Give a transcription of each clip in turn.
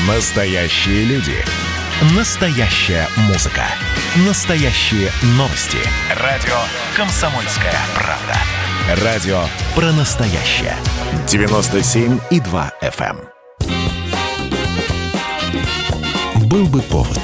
Настоящие люди. Настоящая музыка. Настоящие новости. Радио «Комсомольская правда». Радио про настоящее. 97,2 FM. Был бы повод.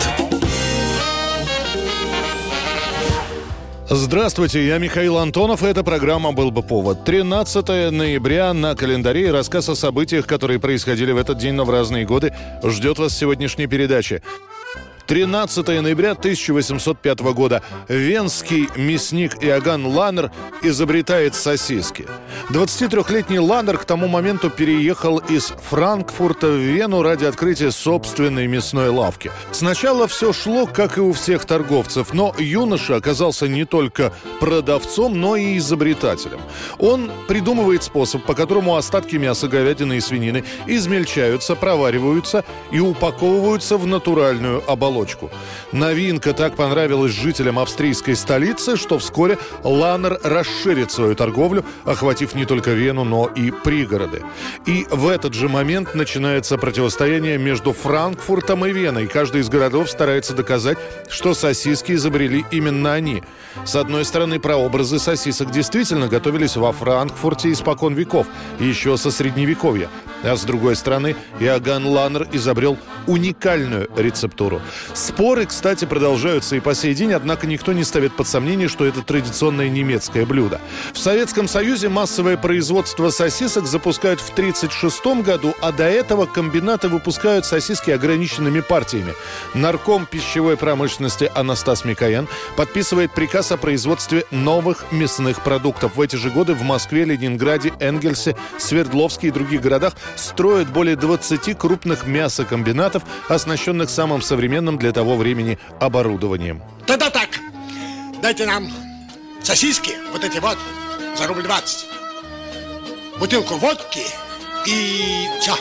Здравствуйте, я Михаил Антонов, и эта программа «Был бы повод». 13 ноября на календаре, и рассказ о событиях, которые происходили в этот день, но в разные годы, ждет вас в сегодняшней передаче. 13 ноября 1805 года. Венский мясник Иоганн Ланнер изобретает сосиски. 23-летний Ланнер к тому моменту переехал из Франкфурта в Вену ради открытия собственной мясной лавки. Сначала все шло, как и у всех торговцев, но юноша оказался не только продавцом, но и изобретателем. Он придумывает способ, по которому остатки мяса, говядины и свинины измельчаются, провариваются и упаковываются в натуральную оболочку. Новинка так понравилась жителям австрийской столицы, что вскоре Ланнер расширит свою торговлю, охватив не только Вену, но и пригороды. И в этот же момент начинается противостояние между Франкфуртом и Веной. Каждый из городов старается доказать, что сосиски изобрели именно они. С одной стороны, прообразы сосисок действительно готовились во Франкфурте испокон веков, еще со Средневековья. А с другой стороны, Иоганн Ланнер изобрел уникальную рецептуру. Споры, кстати, продолжаются и по сей день, однако никто не ставит под сомнение, что это традиционное немецкое блюдо. В Советском Союзе массовое производство сосисок запускают в 1936 году, а до этого комбинаты выпускают сосиски ограниченными партиями. Нарком пищевой промышленности Анастас Микоян подписывает приказ о производстве новых мясных продуктов. В эти же годы в Москве, Ленинграде, Энгельсе, Свердловске и других городах строят более 20 крупных мясокомбинатов, оснащенных самым современным для того времени оборудованием. Тогда так, дайте нам сосиски, вот эти вот, за рубль 20. Бутылку водки и все.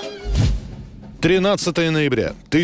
13 ноября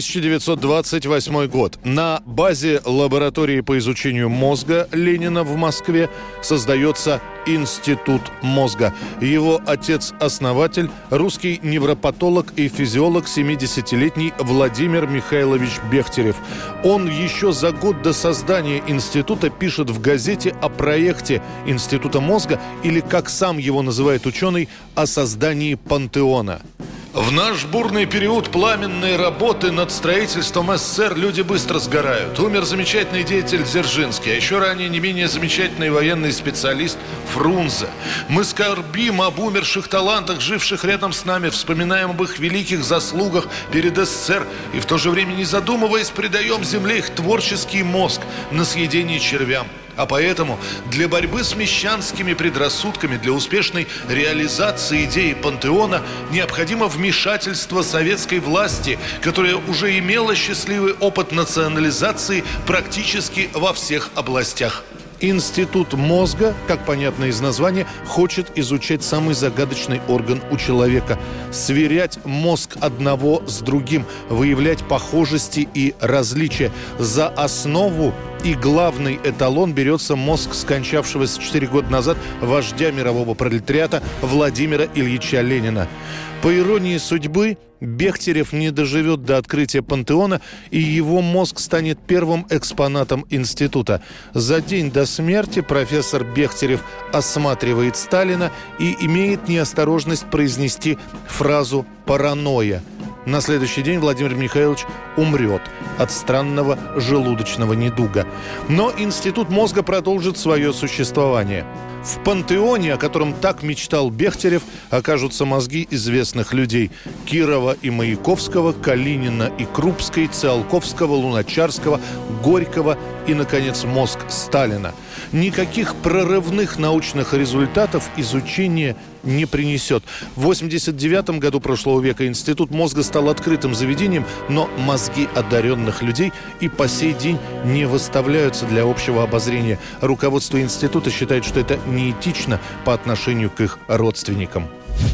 1928 год. На базе лаборатории по изучению мозга Ленина в Москве создается Институт мозга. Его отец-основатель – русский невропатолог и физиолог 70-летний Владимир Михайлович Бехтерев. Он еще за год до создания института пишет в газете о проекте Института мозга, или, как сам его называет ученый, о создании пантеона. В наш бурный период пламенной работы над строительством СССР люди быстро сгорают. Умер замечательный деятель Дзержинский, а еще ранее не менее замечательный военный специалист Фрунзе. Мы скорбим об умерших талантах, живших рядом с нами, вспоминаем об их великих заслугах перед СССР и в то же время, не задумываясь, предаем земле их творческий мозг на съедение червям. А поэтому для борьбы с мещанскими предрассудками, для успешной реализации идеи пантеона необходимо вмешательство советской власти, которая уже имела счастливый опыт национализации практически во всех областях. Институт мозга, как понятно из названия, хочет изучать самый загадочный орган у человека, сверять мозг одного с другим, выявлять похожести и различия. За основу и главный эталон берется мозг скончавшегося 4 года назад вождя мирового пролетариата Владимира Ильича Ленина. По иронии судьбы, Бехтерев не доживет до открытия пантеона, и его мозг станет первым экспонатом института. За день до смерти профессор Бехтерев осматривает Сталина и имеет неосторожность произнести фразу «паранойя». На следующий день Владимир Михайлович умрет от странного желудочного недуга. Но Институт мозга продолжит свое существование. В пантеоне, о котором так мечтал Бехтерев, окажутся мозги известных людей: Кирова и Маяковского, Калинина и Крупской, Циолковского, Луначарского, Горького и, наконец, мозг Сталина. Никаких прорывных научных результатов изучение не принесет. В 1989 году прошлого века Институт мозга стал открытым заведением, но мозги одаренных людей и по сей день не выставляются для общего обозрения. Руководство института считает, что это неэтично по отношению к их родственникам.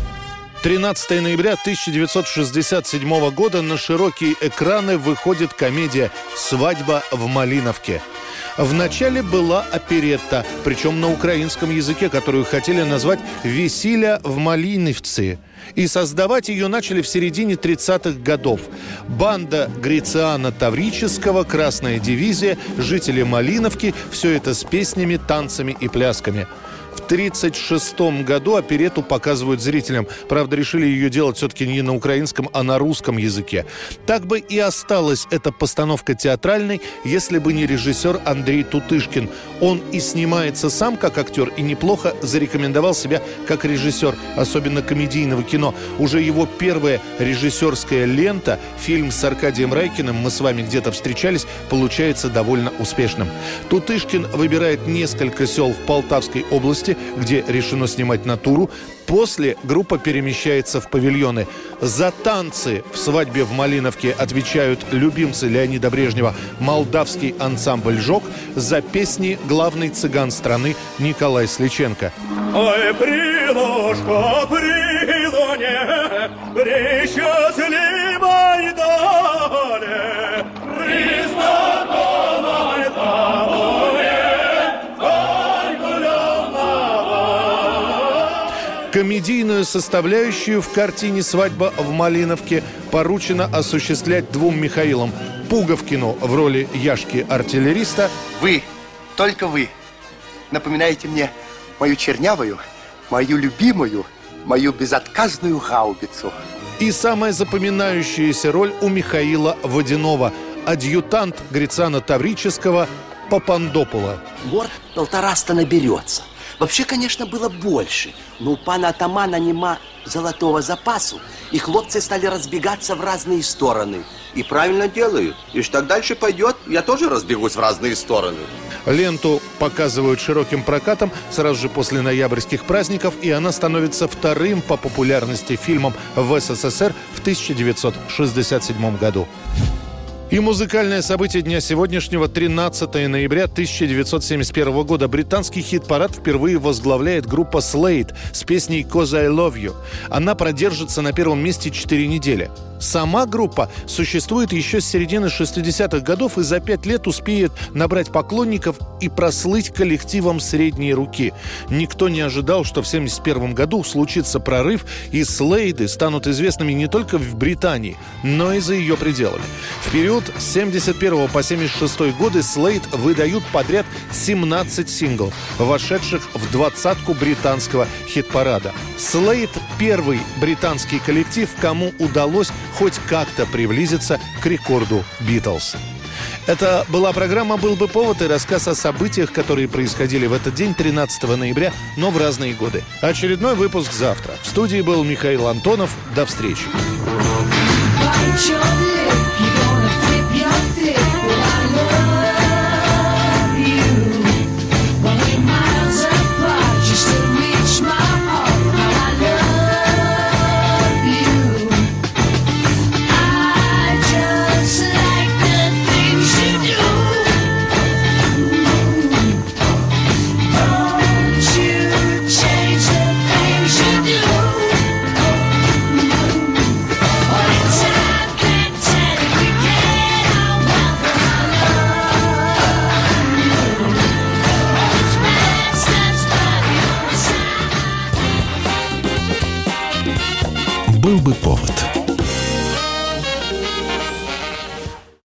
13 ноября 1967 года на широкие экраны выходит комедия «Свадьба в Малиновке». В начале была оперетта, причем на украинском языке, которую хотели назвать «Весілля в Малиновці». И создавать ее начали в середине 30-х годов. Банда Грициана Таврического, Красная дивизия, жители Малиновки – все это с песнями, танцами и плясками. В 1936 году оперетту показывают зрителям. Правда, решили ее делать все-таки не на украинском, а на русском языке. Так бы и осталась эта постановка театральной, если бы не режиссер Андрей Тутышкин. Он и снимается сам как актер, и неплохо зарекомендовал себя как режиссер, особенно комедийного кино. Уже его первая режиссерская лента, фильм с Аркадием Райкиным «Мы с вами где-то встречались», получается довольно успешным. Тутышкин выбирает несколько сел в Полтавской области, где решено снимать натуру. После группа перемещается в павильоны. За танцы в свадьбе в Малиновке отвечают любимцы Леонида Брежнева молдавский ансамбль «Жок», за песни главный цыган страны Николай Сличенко. Ой, прилушка при луне, при счастливой доле, при знакомой табуре. Комедийную составляющую в картине «Свадьба в Малиновке» поручено осуществлять двум Михаилам: Пуговкину в роли Яшки-артиллериста. Вы, только вы, напоминаете мне мою чернявую, мою любимую, мою безотказную гаубицу. И самая запоминающаяся роль у Михаила Водянова, адъютант Грициана Таврического Папандопула. Мор 1,5 наберется. Вообще, конечно, было больше, но у пана атамана нема золотого запасу, и хлопцы стали разбегаться в разные стороны. И правильно делают. И что так дальше пойдет, я тоже разбегусь в разные стороны. Ленту показывают широким прокатом сразу же после ноябрьских праздников, и она становится вторым по популярности фильмом в СССР в 1967 году. И музыкальное событие дня сегодняшнего, 13 ноября 1971 года. Британский хит-парад впервые возглавляет группа Slade с песней «Cause I Love You». Она продержится на первом месте 4 недели. Сама группа существует еще с середины 60-х годов и за 5 лет успеет набрать поклонников и прослыть коллективом средней руки. Никто не ожидал, что в 1971 году случится прорыв, и Слейды станут известными не только в Британии, но и за ее пределами. В период с 71 по 76 годы Слейд выдают подряд 17 синглов, вошедших в 20-ку британского хит-парада. Слейд – первый британский коллектив, кому удалось хоть как-то приблизиться к рекорду Битлз. Это была программа «Был бы повод» и рассказ о событиях, которые происходили в этот день, 13 ноября, но в разные годы. Очередной выпуск завтра. В студии был Михаил Антонов. До встречи. «Был бы повод».